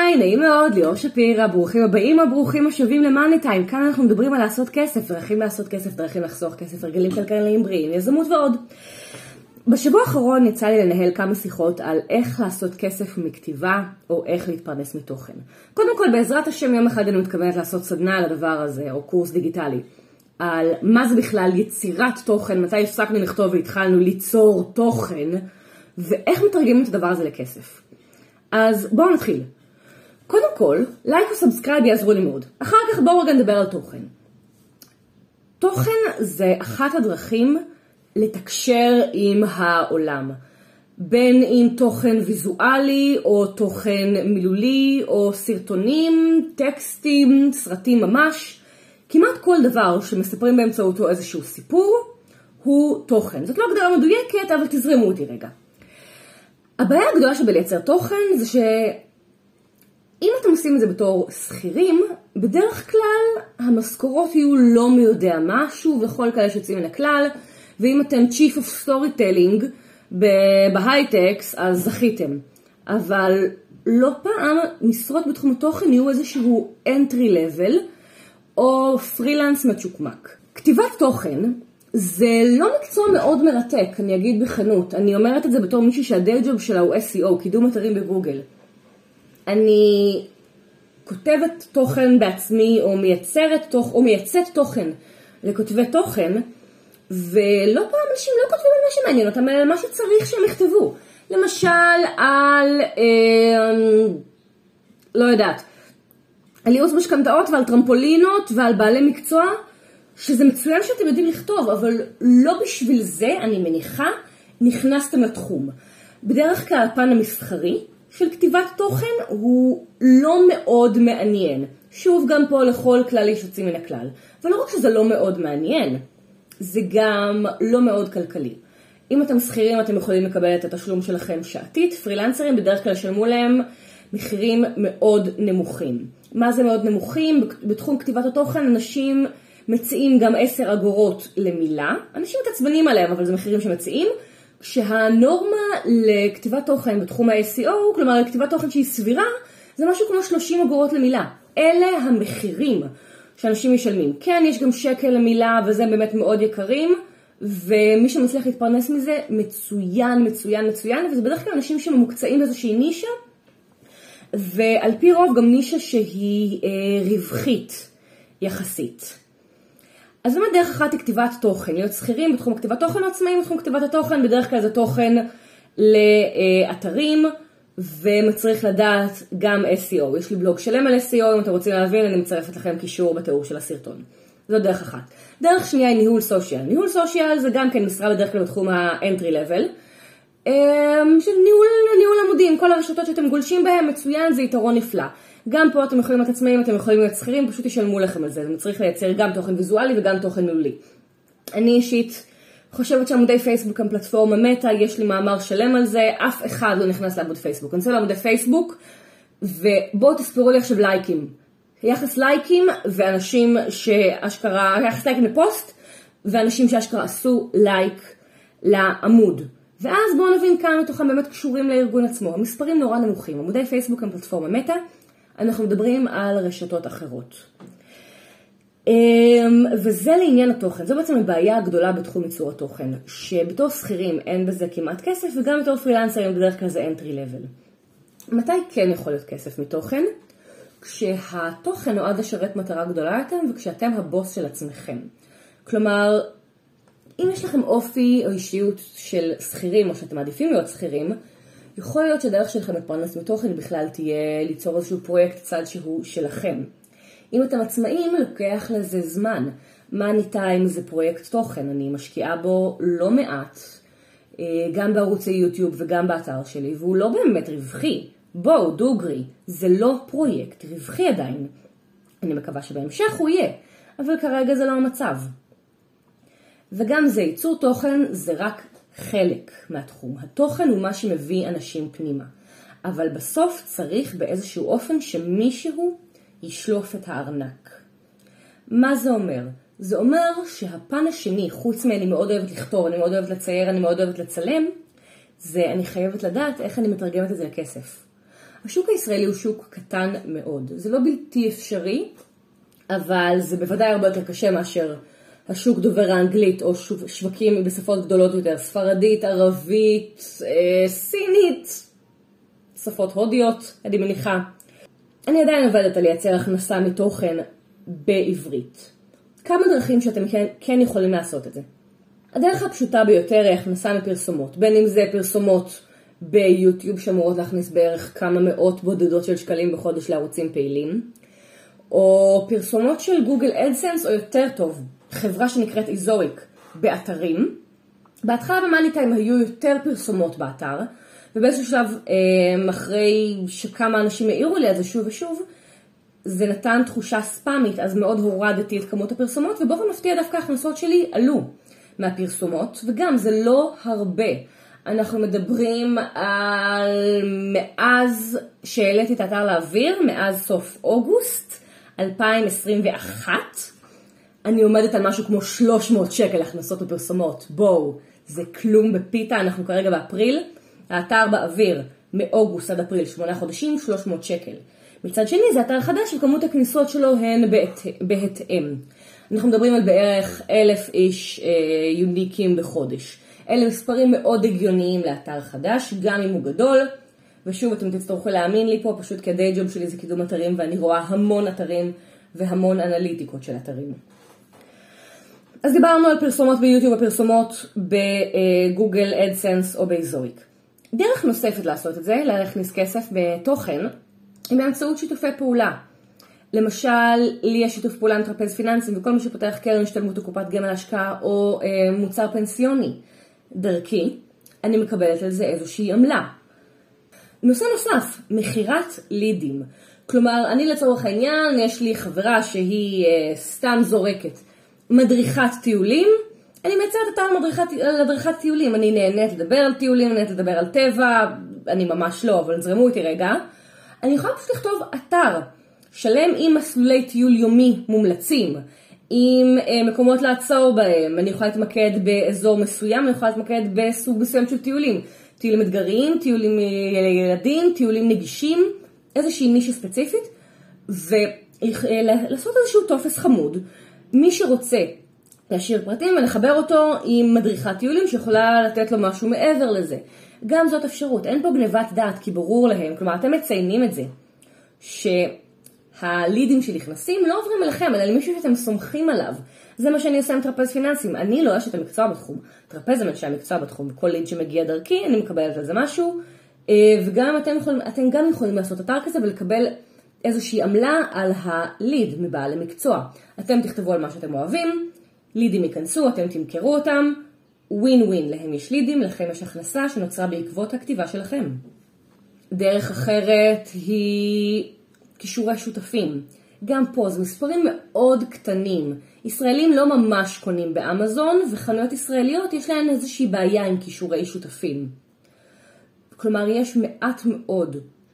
היי, נעים מאוד, ליאור שפירא, ברוכים הבאים או ברוכים השבים למאני טיים. כאן אנחנו מדברים על לעשות כסף, דרכים לעשות כסף, דרכים לחסוך כסף, הרגלים כלכליים בריאים, יזמות ועוד. בשבוע האחרון יצא לי לנהל כמה שיחות על איך לעשות כסף מכתיבה או איך להתפרנס מתוכן. קודם כל, בעזרת השם יום אחד אני מתכוונת לעשות סדנה על הדבר הזה, או קורס דיגיטלי, על מה זה בכלל יצירת תוכן, מתי הפסקנו לכתוב והתחלנו ליצור תוכן, ואיך מתרגמים את הדבר הזה לכסף. אז בואו נתחיל. קודם כל, לייק וסאבסקרייב יעזרו לי מאוד. אחר כך בואו רגע נדבר על תוכן. תוכן זה אחת הדרכים לתקשר עם העולם. בין אם תוכן ויזואלי, או תוכן מילולי, או סרטונים, טקסטים, סרטים ממש. כמעט כל דבר שמספרים באמצעותו איזשהו סיפור, הוא תוכן. זאת לא הגדרה מדויקת, אבל תזרמו אותי רגע. הבעיה הגדולה שבלייצר תוכן זה שאם אתם עושים את זה בתור שכירים, בדרך כלל המשכורות יהיו לא מי יודע משהו וכל כאלה שיוצאים מן הכלל, ואם אתם Chief of Storytelling בהייטקס אז זכיתם. אבל לא פעם משרות בתחום התוכן יהיו איזשהו entry level או פרילנס מצ'וקמק. כתיבת תוכן זה לא מקצוע מאוד מרתק, אני אגיד בכנות. אני אומרת את זה בתור מישהי שהדיי ג'וב שלה הוא SEO, קידום אתרים בגוגל. אני כותבת תוכן בעצמי, או מייצאת תוכן לכותבי תוכן, ולא פעם אנשים לא כותבים על מה שמעניין אותם, אלא מה שצריך שהם יכתבו. למשל על, לא יודעת, על ייעוץ משכנתאות ועל טרמפולינות ועל בעלי מקצוע, שזה מצוין שאתם יודעים לכתוב, אבל לא בשביל זה, אני מניחה, נכנסתם לתחום. בדרך כלל הפן המסחרי של כתיבת תוכן הוא לא מאוד מעניין. שוב, גם פה לכל כלל יש יוצאים מן הכלל. ולא רק שזה לא מאוד מעניין, זה גם לא מאוד כלכלי. אם אתם שכירים, אתם יכולים לקבל את התשלום שלכם שעתית. פרילנסרים בדרך כלל שלמו להם מחירים מאוד נמוכים. מה זה מאוד נמוכים? בתחום כתיבת התוכן אנשים מציעים גם 10 אגורות למילה. אנשים מתעצבנים עליהם, אבל זה מחירים שמציעים. כשהנורמה לכתיבת תוכן בתחום ה-SEO, כלומר לכתיבת תוכן שהיא סבירה, זה משהו כמו 30 אגורות למילה. אלה המחירים שאנשים משלמים. כן, יש גם שקל למילה, וזה באמת מאוד יקרים, ומי שמצליח להתפרנס מזה, מצוין, מצוין, מצוין, וזה בדרך כלל אנשים שממוקצעים באיזושהי נישה, ועל פי רוב גם נישה שהיא רווחית יחסית. אז באמת דרך אחת היא כתיבת תוכן, להיות שכירים בתחום כתיבת תוכן או עצמאים בתחום כתיבת התוכן, בדרך כלל זה תוכן לאתרים, ומצריך לדעת גם SEO. יש לי בלוג שלם על SEO, אם אתם רוצים להבין, אני מצרפת לכם קישור בתיאור של הסרטון. זו דרך אחת. דרך שנייה היא ניהול סושיאל. ניהול סושיאל זה גם כן משרה בדרך כלל בתחום ה-entry level, של ניהול עמודים, כל הרשתות שאתם גולשים בהם, מצוין, זה יתרון נפלא. גם פה אתם יכולים להיות עצמאים, אתם יכולים להיות שכירים, פשוט ישלמו לכם על זה. זה מצריך לייצר גם תוכן ויזואלי וגם תוכן מילולי. אני אישית חושבת שעמודי פייסבוק הם פלטפורמה מטה, יש לי מאמר שלם על זה, אף אחד לא נכנס לעמוד פייסבוק. אני רוצה לעמודי פייסבוק, ובואו תספרו לי עכשיו לייקים. יחס לייקים ואנשים שאשכרה, יחס לייקים לפוסט, ואנשים שאשכרה עשו לייק לעמוד. ואז בואו נבין כמה מתוכם באמת קשורים לארגון עצמו. המספרים נורא נמוכים. עמודי פייסבוק הם פלטפורמה מטה, אנחנו מדברים על רשתות אחרות. וזה לעניין התוכן. זו בעצם הבעיה הגדולה בתחום ייצור התוכן, שבתור שכירים אין בזה כמעט כסף, וגם בתור פרילנסרים בדרך כלל זה entry level. מתי כן יכול להיות כסף מתוכן? כשהתוכן נועד לשרת מטרה גדולה יותר, וכשאתם הבוס של עצמכם. כלומר, אם יש לכם אופי או אישיות של שכירים, או שאתם מעדיפים להיות שכירים, יכול להיות שהדרך שלכם לפרנס מתוכן בכלל תהיה ליצור איזשהו פרויקט צד שהוא שלכם. אם אתם עצמאים, לוקח לזה זמן. מאני טיים זה פרויקט תוכן, אני משקיעה בו לא מעט, גם בערוצי יוטיוב וגם באתר שלי, והוא לא באמת רווחי. בואו, דוגרי, זה לא פרויקט רווחי עדיין. אני מקווה שבהמשך הוא יהיה, אבל כרגע זה לא המצב. וגם זה, ייצור תוכן זה רק חלק מהתחום. התוכן הוא מה שמביא אנשים פנימה. אבל בסוף צריך באיזשהו אופן שמישהו ישלוף את הארנק. מה זה אומר? זה אומר שהפן השני, חוץ מאני מאוד אוהבת לכתוב, אני מאוד אוהבת לצייר, אני מאוד אוהבת לצלם, זה אני חייבת לדעת איך אני מתרגמת את זה לכסף. השוק הישראלי הוא שוק קטן מאוד. זה לא בלתי אפשרי, אבל זה בוודאי הרבה יותר קשה מאשר השוק דובר האנגלית או שווקים בשפות גדולות יותר, ספרדית, ערבית, סינית, שפות הודיות, אני מניחה. אני עדיין עובדת על לייצר הכנסה מתוכן בעברית. כמה דרכים שאתם כן יכולים לעשות את זה. הדרך הפשוטה ביותר היא הכנסה מפרסומות, בין אם זה פרסומות ביוטיוב שאמורות להכניס בערך כמה מאות בודדות של שקלים בחודש לערוצים פעילים, או פרסומות של גוגל אדסנס, או יותר טוב, חברה שנקראת איזוריק באתרים. בהתחלה במאני טיים היו יותר פרסומות באתר, ובאיזשהו שלב, אחרי שכמה אנשים העירו לי על זה שוב ושוב, זה נתן תחושה ספאמית, אז מאוד הורדתי את כמות הפרסומות, ובאופן מפתיע דווקא ההכנסות שלי עלו מהפרסומות, וגם זה לא הרבה. אנחנו מדברים על מאז שהעליתי את האתר לאוויר, מאז סוף אוגוסט 2021, אני עומדת על משהו כמו 300 שקל הכנסות בפרסומות. בואו, זה כלום בפיתה, אנחנו כרגע באפריל, האתר באוויר מאוגוסט עד אפריל 8 חודשים, 300 שקל. מצד שני זה אתר חדש וכמות הכניסות שלו הן בהתאם. אנחנו מדברים על בערך 1,000 איש יוניקים בחודש. אלה מספרים מאוד הגיוניים לאתר חדש, גם אם הוא גדול. ושוב, אתם תצטרכו להאמין לי פה, פשוט כדי ג'וב שלי זה קידום אתרים, ואני רואה המון אתרים והמון אנליטיקות של אתרים. אז דיברנו על פרסומות ביוטיוב ופרסומות בגוגל אדסנס או באיזוריק. דרך נוספת לעשות את זה, להכניס כסף בתוכן, היא באמצעות שיתופי פעולה. למשל, לי יש שיתוף פעולה עם טרפז פיננסים, וכל מי שפותח קרן השתלמות או קופת גמל השקעה או מוצר פנסיוני דרכי, אני מקבלת על זה איזושהי עמלה. נושא נוסף, מחירת לידים. כלומר, אני לצורך העניין, יש לי חברה שהיא סתם זורקת מדריכת טיולים, אני מייצרת אתר על מדריכת טיולים, אני נהנית לדבר על טיולים, נהנית לדבר על טבע, אני ממש לא, אבל זרמו איתי רגע. אני יכולה פשוט לכתוב אתר שלם עם מסלולי טיול יומי מומלצים, עם מקומות לעצור בהם, אני יכולה להתמקד באזור מסוים, אני יכולה להתמקד בסוג מסוים של טיולים, טיולים אתגריים, טיולים לילדים, טיולים נגישים, איזושהי נישה ספציפית, ולעשות איזשהו טופס חמוד, מי שרוצה להשאיר פרטים ולחבר אותו עם מדריכת טיולים שיכולה לתת לו משהו מעבר לזה. גם זאת אפשרות, אין פה גניבת דעת כי ברור להם, כלומר אתם מציינים את זה, שהלידים שנכנסים לא עוברים אליכם, אלא למישהו שאתם סומכים עליו. זה מה שאני עושה עם טרפז פיננסים, אני לא אשת המקצוע בתחום, טרפז הם אנשי המקצוע בתחום, כל ליד שמגיע דרכי אני מקבלת על זה משהו, וגם אתם גם יכולים לעשות אתר כזה ולקבל איזושהי עמלה על הליד מבעל המקצוע. אתם תכתבו על מה שאתם אוהבים, לידים ייכנסו, אתם תמכרו אותם, ווין ווין, להם יש לידים, לכם יש הכנסה שנוצרה בעקבות הכתיבה שלכם. דרך אחרת היא קישורי שותפים. גם פה זה מספרים מאוד קטנים. ישראלים לא ממש קונים באמזון, וחנויות ישראליות יש להן איזושהי בעיה עם קישורי שותפים. כלומר, יש מעט מאוד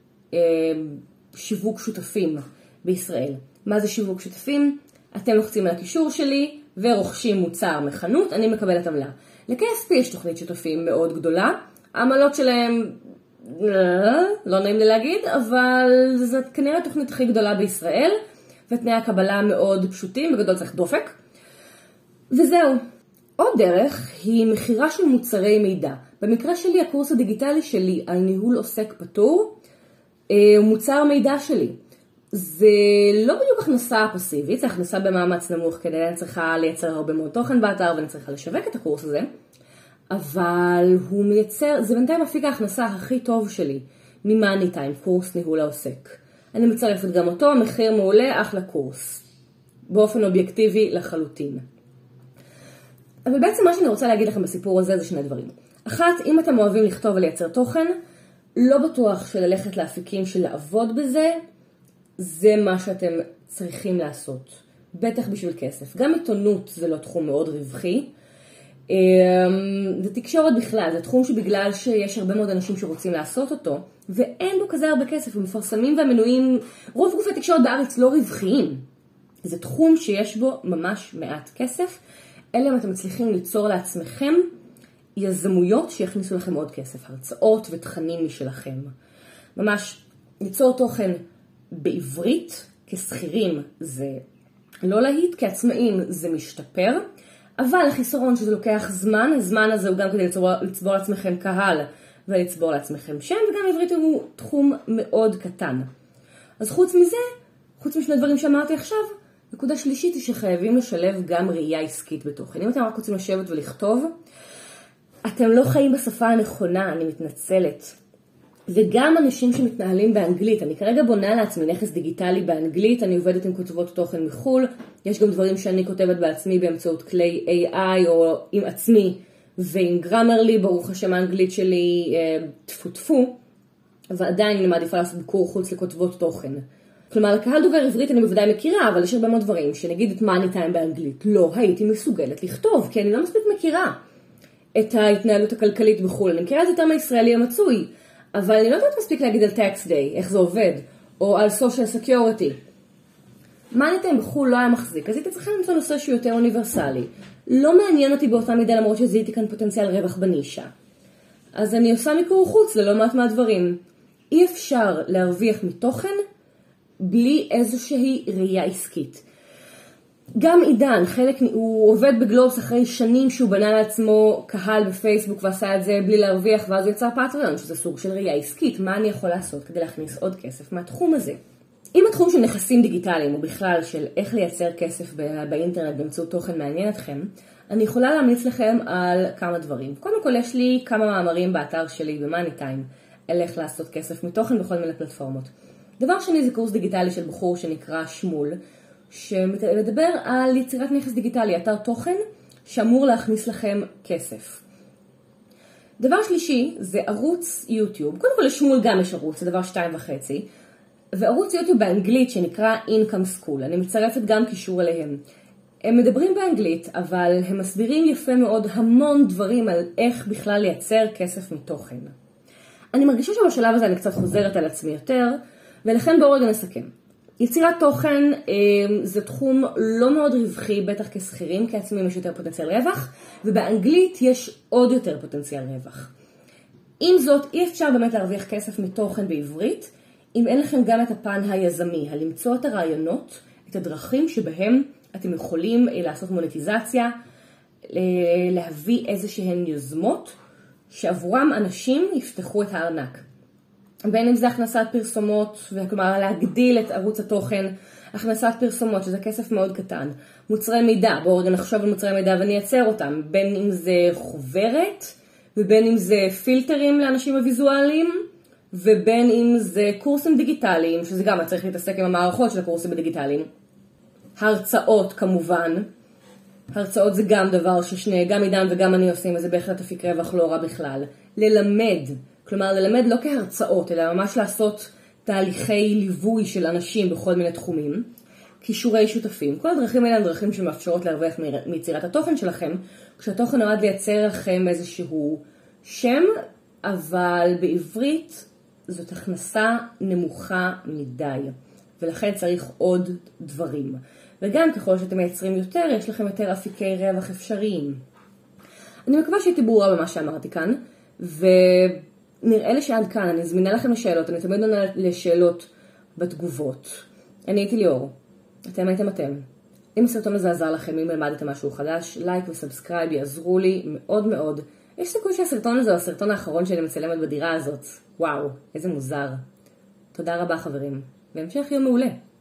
שיווק שותפים בישראל. מה זה שיווק שותפים? אתם לוחצים על הקישור שלי ורוכשים מוצר מחנות, אני מקבלת עמלה. ל-KSP יש תוכנית שותפים מאוד גדולה, העמלות שלהם לא נעים לי להגיד, אבל זאת כנראה התוכנית הכי גדולה בישראל, ותנאי הקבלה מאוד פשוטים, בגדול צריך דופק. וזהו. עוד דרך היא מחירה של מוצרי מידע. במקרה שלי, הקורס הדיגיטלי שלי על ניהול עוסק פטור, מוצר מידע שלי. זה לא בדיוק הכנסה פסיבית, זה הכנסה במאמץ נמוך, כדי אני צריכה לייצר הרבה מאוד תוכן באתר, ואני צריכה לשווק את הקורס הזה, אבל הוא מייצר, זה בינתיים אפיק ההכנסה הכי טוב שלי, ממאני טיים, קורס ניהול העוסק. אני מצרפת גם אותו, המחיר מעולה, אחלה קורס. באופן אובייקטיבי לחלוטין. אבל בעצם מה שאני רוצה להגיד לכם בסיפור הזה זה שני דברים. אחת, אם אתם אוהבים לכתוב ולייצר תוכן, לא בטוח שללכת לאפיקים של לעבוד בזה, זה מה שאתם צריכים לעשות. בטח בשביל כסף. גם עיתונות זה לא תחום מאוד רווחי. זה תקשורת בכלל, זה תחום שבגלל שיש הרבה מאוד אנשים שרוצים לעשות אותו, ואין בו כזה הרבה כסף, ומפרסמים והמנויים, רוב גופי תקשורת בארץ לא רווחיים. זה תחום שיש בו ממש מעט כסף, אלא אם אתם מצליחים ליצור לעצמכם יזמויות שיכניסו לכם עוד כסף, הרצאות ותכנים משלכם. ממש ליצור תוכן בעברית כשכירים זה לא להיט, כעצמאים זה משתפר, אבל החיסרון שזה לוקח זמן, הזמן הזה הוא גם כדי לצבור לעצמכם קהל ולצבור לעצמכם שם, וגם עברית הוא תחום מאוד קטן. אז חוץ מזה, חוץ משני דברים שאמרתי עכשיו, נקודה שלישית היא שחייבים לשלב גם ראייה עסקית בתוכן. אם אתם רק רוצים לשבת ולכתוב, אתם לא חיים בשפה הנכונה, אני מתנצלת. וגם אנשים שמתנהלים באנגלית, אני כרגע בונה לעצמי נכס דיגיטלי באנגלית, אני עובדת עם כותבות תוכן מחול, יש גם דברים שאני כותבת בעצמי באמצעות כלי AI או עם עצמי ועם גרמרלי, ברוך השם האנגלית שלי תפו, אבל עדיין אני מעדיפה לעשות ביקור חוץ לכותבות תוכן. כלומר, לקהל דובר עברית אני בוודאי מכירה, אבל יש הרבה מאוד דברים שנגיד את מאני טיים באנגלית, לא הייתי מסוגלת לכתוב, כי אני לא מספיק מכירה את ההתנהלות הכלכלית בחו"ל, אני מכירה את יותר מהישראלי המצוי, אבל אני לא יודעת מספיק להגיד על tax day, איך זה עובד, או על social security. מאני טיים בחו"ל לא היה מחזיק, אז הייתי צריכה למצוא נושא שהוא יותר אוניברסלי. לא מעניין אותי באותה מידה, למרות שזיהיתי כאן פוטנציאל רווח בנישה. אז אני עושה מיקור חוץ ללא מעט מהדברים. אי אפשר להרוויח מתוכן בלי איזושהי ראייה עסקית. גם עידן, הוא עובד בגלובס אחרי שנים שהוא בנה לעצמו קהל בפייסבוק ועשה את זה בלי להרוויח, ואז הוא יצר פטריון, שזה סוג של ראייה עסקית. מה אני יכול לעשות כדי להכניס עוד כסף מהתחום הזה? אם התחום של נכסים דיגיטליים, או בכלל של איך לייצר כסף באינטרנט באמצעות תוכן מעניין אתכם, אני יכולה להמליץ לכם על כמה דברים. קודם כל, יש לי כמה מאמרים באתר שלי במאני טיים, על איך לעשות כסף מתוכן בכל מיני פלטפורמות. דבר שני זה קורס דיגיטלי של בחור שנקרא שמול, שמדבר על יצירת נכס דיגיטלי, אתר תוכן שאמור להכניס לכם כסף. דבר שלישי זה ערוץ יוטיוב. קודם כל לשמול גם יש ערוץ, זה דבר 2.5. וערוץ יוטיוב באנגלית שנקרא Income School. אני מצרפת גם קישור אליהם. הם מדברים באנגלית, אבל הם מסבירים יפה מאוד המון דברים על איך בכלל לייצר כסף מתוכן. אני מרגישה שבשלב הזה אני קצת חוזרת על עצמי יותר, ולכן בואו רגע נסכם. יצירת תוכן זה תחום לא מאוד רווחי, בטח כשכירים, כעצמאים יש יותר פוטנציאל רווח, ובאנגלית יש עוד יותר פוטנציאל רווח. עם זאת, אי אפשר באמת להרוויח כסף מתוכן בעברית, אם אין לכם גם את הפן היזמי, למצוא את הרעיונות, את הדרכים שבהם אתם יכולים לעשות מונטיזציה, להביא איזשהן יוזמות, שעבורם אנשים יפתחו את הארנק. בין אם זה הכנסת פרסומות, כלומר להגדיל את ערוץ התוכן, הכנסת פרסומות, שזה כסף מאוד קטן. מוצרי מידע, בואו רגע נחשוב על מוצרי מידע ונייצר אותם. בין אם זה חוברת, ובין אם זה פילטרים לאנשים הוויזואליים, ובין אם זה קורסים דיגיטליים, שזה גם צריך להתעסק עם המערכות של הקורסים הדיגיטליים. הרצאות כמובן. הרצאות זה גם דבר גם עידן וגם אני עושים, וזה בהחלט אפיק רווח לא רע בכלל. ללמד. כלומר, ללמד לא כהרצאות, אלא ממש לעשות תהליכי ליווי של אנשים בכל מיני תחומים. קישורי שותפים. כל הדרכים האלה הם דרכים שמאפשרות להרוויח מיצירת התוכן שלכם, כשהתוכן נועד לייצר לכם איזשהו שם, אבל בעברית זאת הכנסה נמוכה מדי, ולכן צריך עוד דברים. וגם ככל שאתם מייצרים יותר, יש לכם יותר אפיקי רווח אפשריים. אני מקווה שהייתי ברורה במה שאמרתי כאן, ונראה לי שעד כאן, אני זמינה לכם לשאלות, אני תמיד עונה לשאלות בתגובות. אני הייתי ליאור, אתם הייתם אתם. אם הסרטון הזה עזר לכם, אם למדתם משהו חדש, לייק וסאבסקרייב יעזרו לי מאוד מאוד. יש סיכוי שהסרטון הזה הוא הסרטון האחרון שאני מצלמת בדירה הזאת. וואו, איזה מוזר. תודה רבה חברים, והמשך יום מעולה.